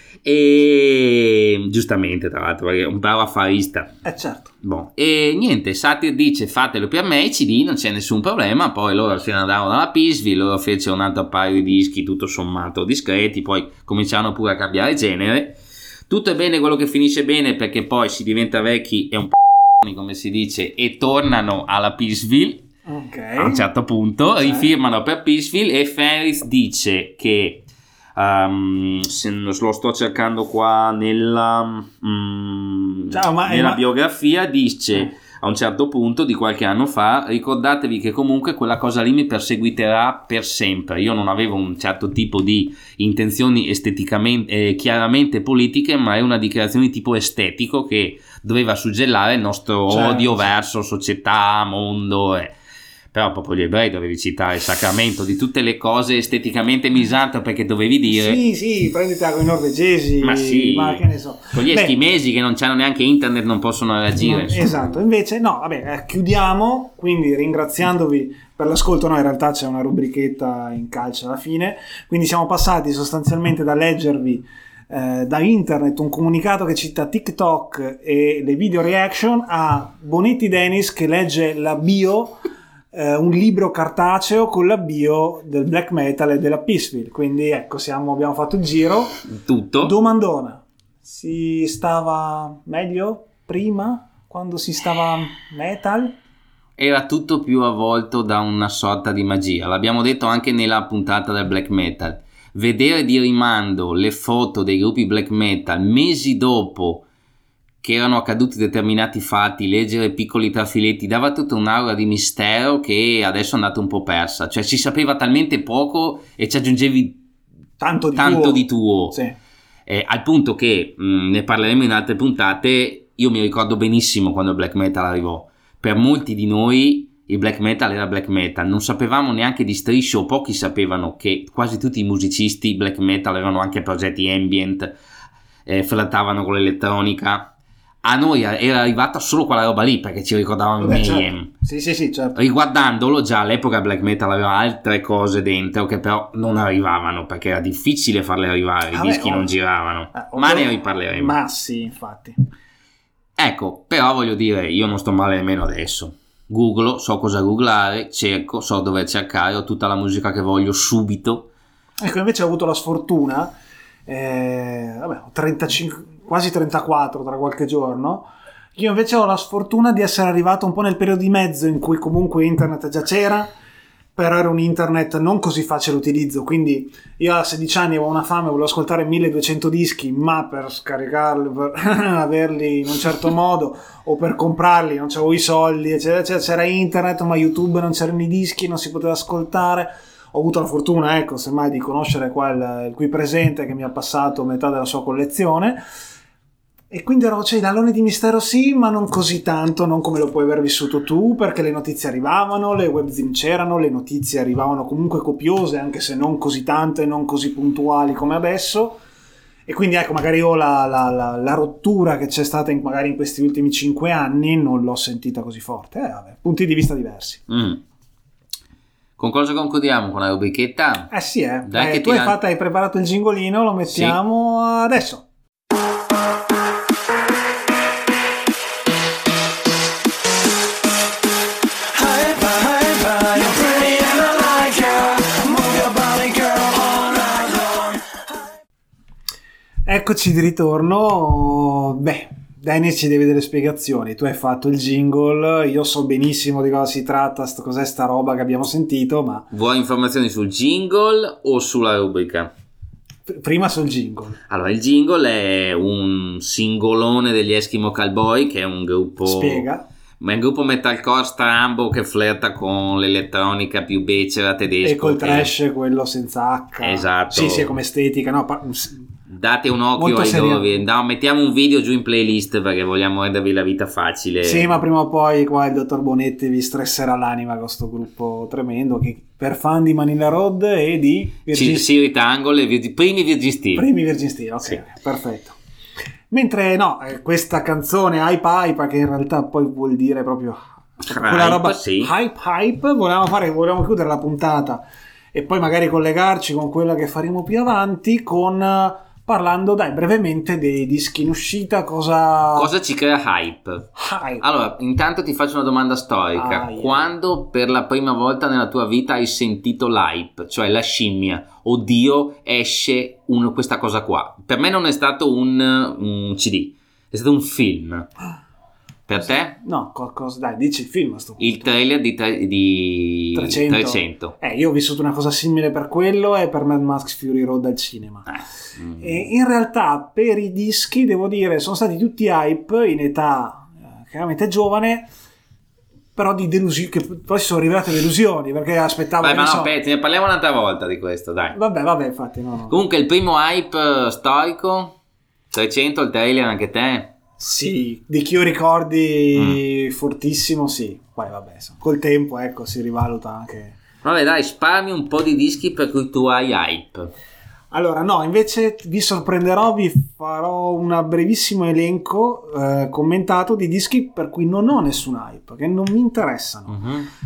e giustamente tra l'altro, perché è un bravo affarista. eh certo. Boh. E niente, Satyr dice: fatelo per me, i C D, non c'è nessun problema. Poi loro se ne andarono dalla Peaceville, loro fecero un altro paio di dischi tutto sommato discreti, poi cominciarono pure a cambiare genere. Tutto è bene quello che finisce bene, perché poi si diventa vecchi e un p***oni, come si dice, e tornano alla Peaceville. Ok. A un certo punto Sì. rifirmano per Peaceville, e Ferris dice che um, se lo sto cercando qua nella, mm, Ciao, ma- nella ma- biografia, dice a un certo punto di qualche anno fa: ricordatevi che comunque quella cosa lì mi perseguiterà per sempre. Io non avevo un certo tipo di intenzioni esteticamente eh, chiaramente politiche, ma è una dichiarazione di tipo estetico che doveva suggellare il nostro Certo. odio verso società, mondo, eh. Però proprio gli ebrei dovevi citare il sacramento di tutte le cose esteticamente misante, perché dovevi dire Sì, sì, prenditela con i norvegesi, ma sì, ma che ne so. con gli Beh, eschimesi che non c'hanno neanche internet non possono reagire. no, esatto, invece no, vabbè, eh, chiudiamo, quindi ringraziandovi per l'ascolto. Noi in realtà c'è una rubrichetta in calcio alla fine, quindi siamo passati sostanzialmente da leggervi eh, da internet un comunicato che cita TikTok e le video reaction a Bonetti Dennis che legge la bio eh, un libro cartaceo con l'avvio del black metal e della Peaceville. Quindi ecco, siamo, abbiamo fatto il giro. Tutto. Domandona: si stava meglio prima, quando si stava metal? Era tutto più avvolto da una sorta di magia. L'abbiamo detto anche nella puntata del black metal. Vedere di rimando le foto dei gruppi black metal mesi dopo che erano accaduti determinati fatti, leggere piccoli trafiletti, dava tutta un'aura di mistero che adesso è andata un po' persa. Cioè si sapeva talmente poco e ci aggiungevi tanto di tanto tuo, di tuo. Sì. Eh, al punto che mh, ne parleremo in altre puntate. Io mi ricordo benissimo quando il black metal arrivò. Per molti di noi il black metal era black metal, non sapevamo neanche di strisce, o pochi sapevano che quasi tutti i musicisti black metal erano anche progetti ambient, eh, flattavano con l'elettronica. A noi era arrivata solo quella roba lì, perché ci ricordavamo il Mayhem. Certo. Sì, sì, sì, certo. Riguardandolo, già all'epoca black metal aveva altre cose dentro che però non arrivavano, perché era difficile farle arrivare, ah i dischi beh, non oh. giravano, eh, ma oh, ne riparleremo. Ma sì, infatti. Ecco, però voglio dire, io non sto male nemmeno adesso. Googlo, so cosa googlare, cerco, so dove cercare, ho tutta la musica che voglio subito. Ecco, invece ho avuto la sfortuna, eh, vabbè, ho trentacinque, quasi trentaquattro tra qualche giorno. Io invece ho la sfortuna di essere arrivato un po' nel periodo di mezzo in cui comunque internet già c'era, però era un internet non così facile utilizzo, quindi io a sedici anni avevo una fame, volevo ascoltare milleduecento dischi, ma per scaricarli, per averli in un certo modo o per comprarli non c'avevo i soldi, eccetera, eccetera. C'era internet ma YouTube non c'erano i dischi, non si poteva ascoltare. Ho avuto la fortuna, ecco, semmai di conoscere qua il, il qui presente che mi ha passato metà della sua collezione. E quindi ero, cioè, l'alone di mistero sì, ma non così tanto, non come lo puoi aver vissuto tu, perché le notizie arrivavano, le webzine c'erano, le notizie arrivavano comunque copiose, anche se non così tante, non così puntuali come adesso. E quindi ecco, magari io la, la, la, la rottura che c'è stata in, magari in questi ultimi cinque anni non l'ho sentita così forte. Eh, vabbè, punti di vista diversi. Mm. Con cosa concludiamo? Con la rubrichetta? Eh sì, eh. Dai, eh che tu ti hai, lan- fatto, hai preparato il gingolino, lo mettiamo sì. Adesso. Eccoci di ritorno. Beh, Dennis ci deve delle spiegazioni. Tu hai fatto il jingle, io so benissimo di cosa si tratta, sto, cos'è sta roba che abbiamo sentito, ma... Vuoi informazioni sul jingle o sulla rubrica? Prima sul jingle. Allora, il jingle è un singolone degli Eskimo Callboy, che è un gruppo... Spiega. Ma è un gruppo metalcore strambo che flirta con l'elettronica più becera tedesca. E col che... trash, quello senza H. Esatto. Sì, sì, come estetica, no... Pa- Date un occhio ai dove. No, mettiamo un video giù in playlist perché vogliamo rendervi la vita facile. Sì, ma prima o poi qua il dottor Bonetti vi stresserà l'anima con questo gruppo tremendo che per fan di Manila Road e di Virgin... Siri Tangle e Virgin... primi Virgin Steel. Primi Virgin Steel, ok, sì. Perfetto. Mentre no, questa canzone Hype Hype, che in realtà poi vuol dire proprio quella hype, roba sì. Hype Hype, volevamo fare, volevamo chiudere la puntata e poi magari collegarci con quella che faremo più avanti con... Parlando, dai, brevemente dei dischi in uscita, cosa... Cosa ci crea hype? Hype. Allora, intanto ti faccio una domanda storica. Ah, yeah. Quando per la prima volta nella tua vita hai sentito l'hype, cioè la scimmia, oddio, esce un, questa cosa qua? Per me non è stato un, un C D, è stato un film. Per te? No, qualcosa, dai, dici il film a sto punto. Il trailer di, tre, di trecento. trecento. Eh, io ho vissuto una cosa simile per quello e per Mad Max Fury Road al cinema. Eh. Mm. E in realtà per i dischi, devo dire, sono stati tutti hype in età eh, chiaramente giovane, però di delusioni, che poi si sono rivelate delusioni, perché aspettavo... Beh, che ma no, so... aspetta, ne parliamo un'altra volta di questo, dai. Vabbè, vabbè, infatti, no, no. Comunque il primo hype storico, trecento, il trailer anche te... Sì, di chi io ricordi mm. fortissimo, sì. Poi vabbè, insomma, col tempo, ecco, si rivaluta anche... Vabbè, dai, sparami un po' di dischi per cui tu hai hype. Allora, no, invece vi sorprenderò, vi farò un brevissimo elenco eh, commentato di dischi per cui non ho nessun hype, che non mi interessano. Mm-hmm.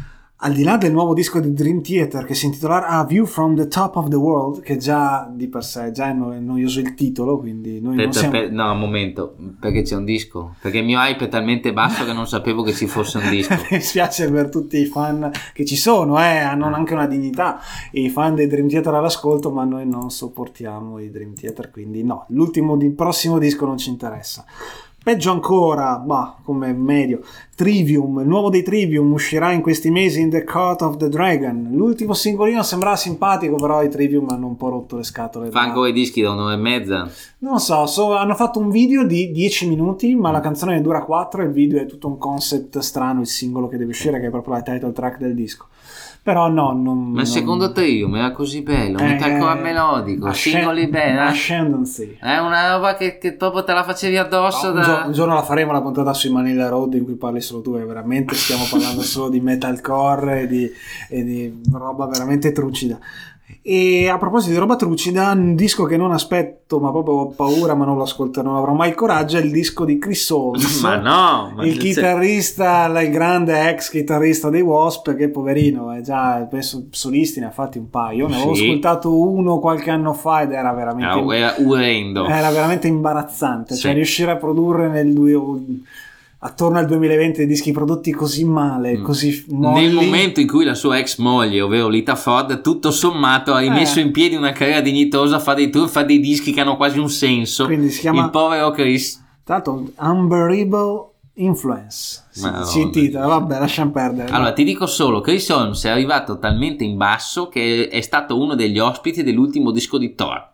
al di là del nuovo disco di Dream Theater che si intitola A View from the Top of the World, che già di per sé già è no- noioso il titolo, quindi noi Aspetta, non siamo... per- no, un momento, perché c'è un disco? Perché il mio hype è talmente basso che non sapevo che ci fosse un disco. Mi spiace per tutti i fan che ci sono, eh, hanno anche una dignità, i fan dei Dream Theater all'ascolto, ma noi non sopportiamo i Dream Theater, quindi no, l'ultimo il prossimo disco non ci interessa. Peggio ancora, bah, come medio, Trivium, il nuovo dei Trivium uscirà in questi mesi in The Court of the Dragon. L'ultimo singolino sembrava simpatico, però i Trivium hanno un po' rotto le scatole. Fa ancora i dischi da un'ora e mezza? Non lo so, so, hanno fatto un video di dieci minuti, ma la canzone ne dura quattro e il video è tutto un concept strano, il singolo che deve uscire, che è proprio la title track del disco. Però no, non... Ma non... secondo Trivium era così bello, Eh, metalcore melodico, Ascend- singoli belli, eh? Ascendancy. È una roba che, che proprio te la facevi addosso No, da... un, giorno, un giorno la faremo la puntata sui Manila Road in cui parli solo tu, e veramente stiamo parlando solo di metalcore e di, e di roba veramente trucida. E a proposito di roba trucida, un disco che non aspetto, ma proprio ho paura, ma non lo ascolto, non avrò mai il coraggio, è il disco di Chris Holmes. Ma no! Ma il chitarrista, il grande ex chitarrista dei Wasp, che poverino è già, penso, solisti ne ha fatti un paio. Ne avevo Sì. ascoltato uno qualche anno fa ed era veramente No, era urendo. era veramente imbarazzante. Sì. Cioè riuscire a produrre nel due, attorno al duemilaventi dei dischi prodotti così male, così molli. Nel momento in cui la sua ex moglie, ovvero Lita Ford, tutto sommato ha rimesso Eh. in piedi una carriera dignitosa, fa dei tour, fa dei dischi che hanno quasi un senso. Quindi si chiama- Il povero Chris. Tra l'altro Unbearable Influence si, Madonna. si intitola, vabbè, lasciamo perdere. Allora, ti dico solo, Chris Holmes è arrivato talmente in basso che è stato uno degli ospiti dell'ultimo disco di Thor.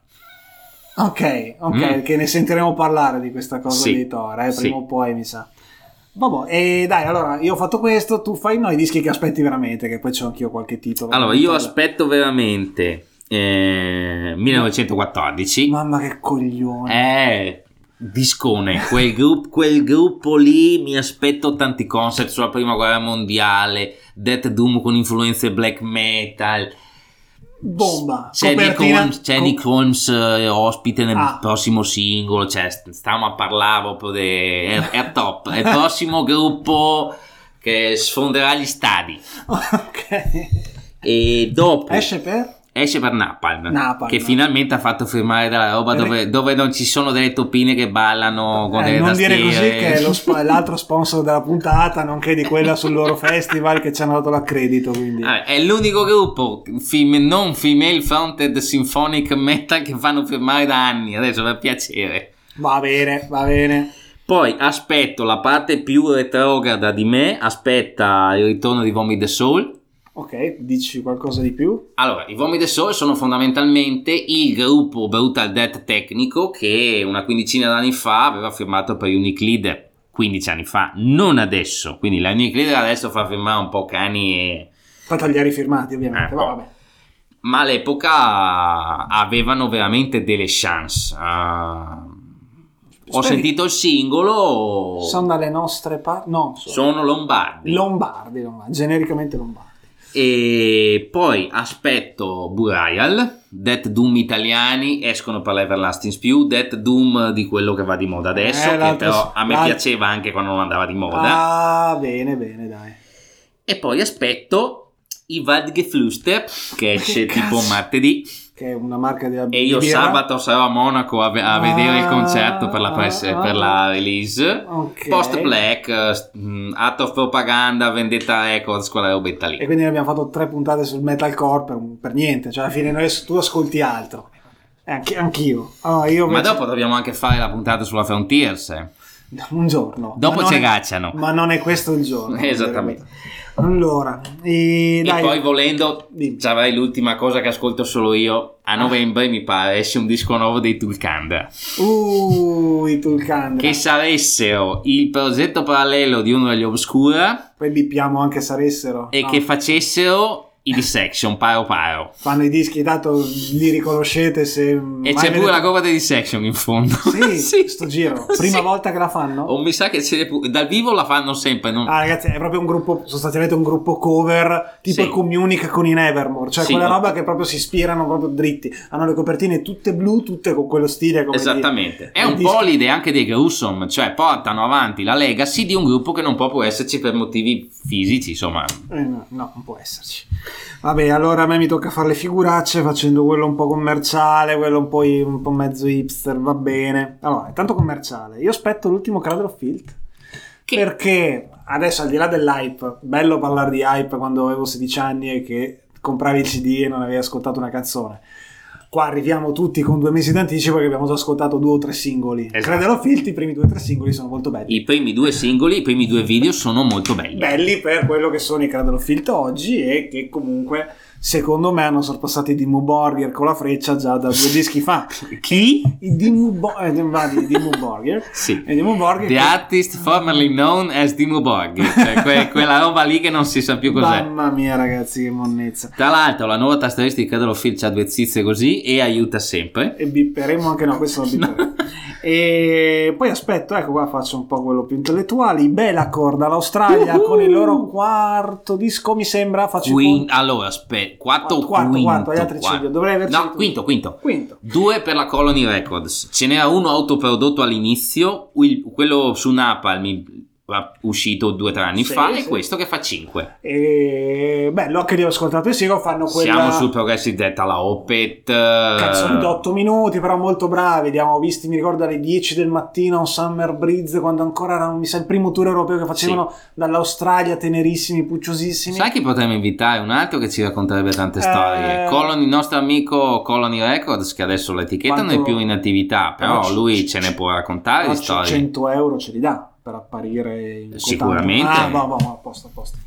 Ok, ok, Mm. che ne sentiremo parlare di questa cosa Sì. dei Thor, eh, Sì. prima o poi mi sa. Vabbè, e dai, allora io ho fatto questo, tu fai no, i dischi che aspetti veramente, che poi c'ho anch'io qualche titolo. Allora, io aspetto veramente eh, millenovecentoquattordici. Mamma che coglione. Eh, discone, quel, grup- quel gruppo lì mi aspetto tanti concept sulla prima guerra mondiale, Death Doom con influenze black metal. Bomba. C'è Nick Copertina- Holmes, c'è co- Nick Holmes eh, ospite nel Ah. prossimo singolo, cioè st- stiamo a parlare proprio de, è, è top, è il prossimo gruppo che sfonderà gli stadi. Ok. E dopo Esce per? esce per Napalm, Napalm. che finalmente ha fatto firmare della roba dove, dove non ci sono delle topine che ballano con Eh, delle non dire tastiere. così che è lo sp- l'altro sponsor della puntata, nonché di quella sul loro festival che ci hanno dato l'accredito, quindi Ah, è l'unico gruppo fem- non female fronted symphonic metal che fanno firmare da anni, adesso per piacere. va bene, va bene. Poi aspetto la parte più retrograda di me, aspetta il ritorno di Vomit the Soul. Ok, dici qualcosa di più? Allora, i Vomit the Soul sono fondamentalmente il gruppo Brutal Death tecnico che una quindicina d'anni fa aveva firmato per Unique Leader, quindici anni fa, non adesso, quindi la Unique Leader adesso fa firmare un po' cani e... Poi tagliare i firmati, ovviamente, Eh, ma boh. vabbè. ma all'epoca avevano veramente delle chance. Uh, ho Speri- sentito il singolo, Sono dalle nostre parti? No, sono sono lombardi. lombardi, lombardi, genericamente lombardi. E poi aspetto Burial, Death Doom italiani escono per l'Everlasting Spew, Death Doom di quello che va di moda adesso, Eh, che l'altro- però a me l'altro- piaceva anche quando non andava di moda. Ah, bene, bene, dai. E poi aspetto i Waldgeflüster che esce Che tipo cazzo? martedì. Che è una marca di E io di birra. sabato sarò a Monaco a, ve- a vedere il concerto per la, press- Ah, per la release. ok. Post Black, uh, Art of Propaganda, Vendetta Records, quella robetta lì. E quindi ne abbiamo fatto tre puntate sul metalcore per, per niente, cioè alla fine noi, tu ascolti altro. Eh, anche, anch'io. Allora, io Ma invece- dopo dobbiamo anche fare la puntata sulla Frontiers. eh. un giorno. Dopo Ma non ci è- gacciano. Ma non è questo il giorno. Esattamente. Allora, e, E dai, poi volendo, Dimmi. c'avrei l'ultima cosa che ascolto solo io. A novembre mi pare esce un disco nuovo dei Tulkandra, Uh, i Tulkandra. che saressero il progetto parallelo di uno degli Obscura Poi bippiamo anche Saressero. e No. che facessero i Dissection, paro paro. Fanno i dischi, tanto li riconoscete se... E c'è pure la cover dei Dissection in fondo. Sì, sì. Sto giro. Prima sì. volta che la fanno? O mi sa che ce pu- dal vivo la fanno sempre. Non... Ah ragazzi, è proprio un gruppo, sostanzialmente un gruppo cover, tipo sì. Comunica con i Nevermore, cioè sì, quella no. roba che proprio si ispirano proprio dritti. Hanno le copertine tutte blu, tutte con quello stile come esattamente. Di, è un dischi. po' l'idea anche dei Gruesome, cioè portano avanti la legacy di un gruppo che non può più esserci per motivi fisici, insomma. Eh no, no, non può esserci. Vabbè, allora a me mi tocca fare le figuracce facendo quello un po' commerciale, quello un po', un po' mezzo hipster, va bene. Allora, intanto commerciale. Io aspetto l'ultimo Cradle of Filth che... perché adesso, al di là dell'hype, bello parlare di hype quando avevo sedici anni e che compravi il C D e non avevi ascoltato una canzone. Qua arriviamo tutti con due mesi d'anticipo che abbiamo già ascoltato due o tre singoli. Esatto. Cradle of Filth, i primi due o tre singoli sono molto belli. I primi due singoli, i primi due video sono molto belli. Belli per quello che sono i Cradle of Filth oggi e che comunque secondo me hanno sorpassato i Dimmu Borgir con la freccia già da due dischi fa. Chi? I Dimmu Bo- eh, Dimmu Borgir. Sì. E Dimmu Borgir The che... artist formerly known as Dimmu Borgir, cioè que- quella roba lì che non si sa più cos'è. Mamma mia ragazzi, che monnezza. Tra l'altro la nuova tastiera di Cradle of Filth c'ha due zizze così e aiuta sempre. E bipperemo anche, no, questo lo bipperemo. E poi aspetto, ecco qua faccio un po' quello più intellettuale. I Belacor dall'Australia uh-huh. con il loro quarto disco, mi sembra. Faccio Quin- allora aspetta, quarto, quarto, quinto, quarto, gli altri quarto. Dovrei averci no, quinto, quinto, quinto. Due per la Colony Records. Ce n'era uno autoprodotto all'inizio, il, quello su Napalm uscito due o tre anni sì, fa sì. E questo che fa cinque. E bello che li ho ascoltato insieme, fanno quella... Siamo sul Progressive Death alla Opeth, canzoni da otto minuti però molto bravi, li abbiamo visti, mi ricordo alle dieci del mattino a un Summer Breeze quando ancora erano, mi sa, il primo tour europeo che facevano sì. dall'Australia, tenerissimi, pucciosissimi. Sai chi potremmo invitare? Un altro che ci racconterebbe tante storie, eh... Colony, il nostro amico Colony Records, che adesso l'etichetta Quanto... non è più in attività, però no, lui c- ce ne può raccontare di storie. cento euro ce li dà per apparire in sicuramente. Ah, no, no, no, a posto, a posto.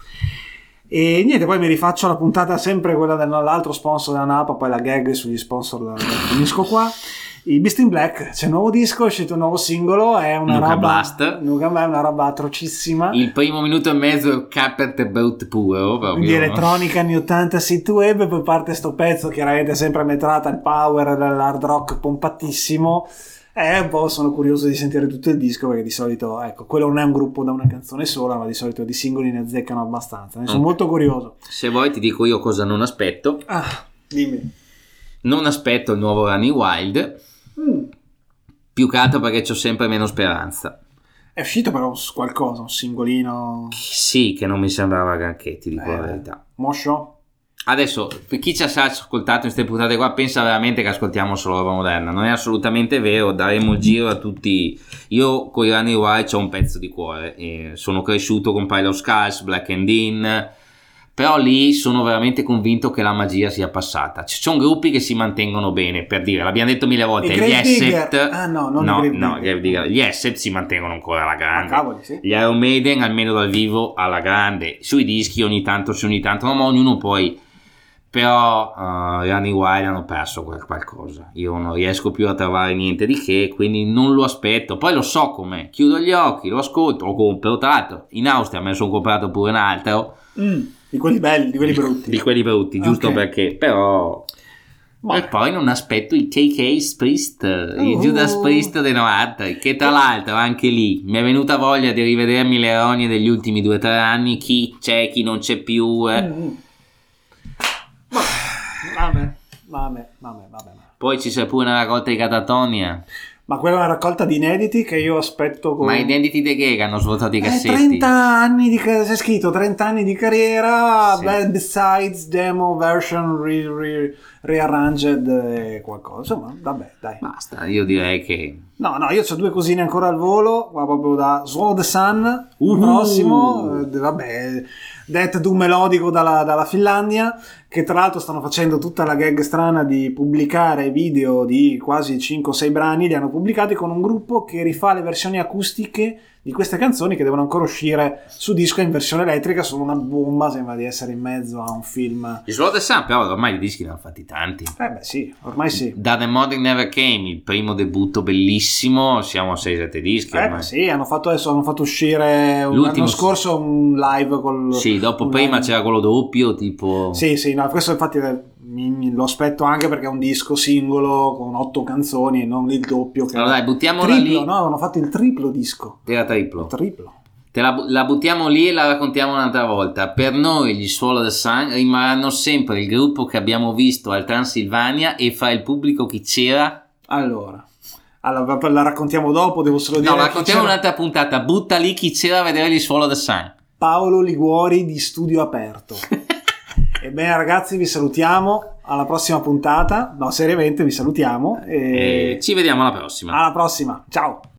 E niente, poi mi rifaccio la puntata sempre quella dell'altro sponsor della Napa, poi la gag sugli sponsor da, da finisco qua. I Beast in Black, c'è un nuovo disco, è uscito un nuovo singolo, è una Nuka roba Blast. Nuka Blast è una roba atrocissima. Il primo minuto e mezzo è Carpet e Boat puro, proprio. Di elettronica anni ottanta sit web, poi parte sto pezzo chiaramente sempre metrata il power dell'hard rock pompatissimo. Eh, un po' sono curioso di sentire tutto il disco perché di solito, ecco, quello non è un gruppo da una canzone sola, ma di solito di singoli ne azzeccano abbastanza. Ne sono okay. molto curioso. Se vuoi ti dico io cosa non aspetto. Ah, dimmi. Non aspetto il nuovo Running Wild, mm. più che altro perché c'ho sempre meno speranza. È uscito però qualcosa, un singolino? Sì, che non mi sembrava granché, ti dico eh, la verità. Moscio? Adesso, per chi ci ha ascoltato in queste puntate qua pensa veramente che ascoltiamo solo roba moderna. Non è assolutamente vero, daremo il giro a tutti. Io con i Running Wild c'ho un pezzo di cuore, e sono cresciuto con Pile of Skulls, Black and In, però lì sono veramente convinto che la magia sia passata. Ci sono gruppi che si mantengono bene, per dire, l'abbiamo detto mille volte, gli Asset, ah no, non no, i no, gli Asset si mantengono ancora alla grande. Ah, cavoli, sì. Gli Iron Maiden almeno dal vivo alla grande, sui dischi ogni tanto sì, ogni tanto no, ma ognuno poi. Però uh, i Running Wild hanno perso qualcosa, io non riesco più a trovare niente di che, quindi non lo aspetto. Poi lo so com'è, chiudo gli occhi, lo ascolto, lo compro. Tra l'altro in Austria me ne sono comprato pure un altro mm, di quelli belli, di quelli brutti di quelli brutti, giusto okay. perché però Beh. E poi non aspetto i K K Priest, uh. i Judas Priest dei novanta, che tra l'altro anche lì mi è venuta voglia di rivedermi le rogne degli ultimi due o tre anni, chi c'è, chi non c'è più eh. mm. Vabbè, vabbè, vabbè, vabbè. Poi ci sia pure una raccolta di Catatonia. Ma quella è una raccolta di inediti che io aspetto con... Ma inediti di che hanno svuotato i cassetti? Eh, trenta anni di carriera, c'è scritto trenta anni di carriera, sì. Bad Besides, demo, version, re, re, rearranged e qualcosa. Insomma, vabbè, dai. Basta, io direi che... No, no, io ho due cosine ancora al volo, qua proprio da Swallow the Sun, uh-huh. prossimo, eh, vabbè, Death Doom melodico dalla, dalla Finlandia, che tra l'altro stanno facendo tutta la gag strana di pubblicare video di quasi cinque o sei brani, li hanno pubblicati con un gruppo che rifà le versioni acustiche di queste canzoni che devono ancora uscire su disco in versione elettrica. Sono una bomba, sembra di essere in mezzo a un film. Gli Swallow the Sun però ormai i dischi ne hanno fatti tanti. Eh beh sì, ormai sì. Da The Morning Never Came, il primo debutto bellissimo, siamo a sei sette dischi Eh ormai. beh sì, hanno fatto adesso hanno fatto uscire un L'ultimo- l'anno scorso un live col Sì, dopo un prima live- c'era quello doppio, tipo... Sì, sì, no, questo infatti eh, mi, mi- lo aspetto anche perché è un disco singolo con otto canzoni e non il doppio che Allora dai, buttiamola triplo, lì. no, hanno fatto il triplo disco. Era triplo. Triplo. Te la, bu- la buttiamo lì e la raccontiamo un'altra volta. Per noi gli Swallow the Sun rimarranno sempre il gruppo che abbiamo visto al Transilvania, e fra il pubblico chi c'era? Allora, allora la raccontiamo dopo, devo solo dire No, la chi raccontiamo c'era. un'altra puntata. Butta lì chi c'era a vedere gli Swallow the Sun. Paolo Liguori di Studio Aperto. Ebbene ragazzi, vi salutiamo, alla prossima puntata. No, seriamente vi salutiamo e E ci vediamo alla prossima. alla prossima, ciao.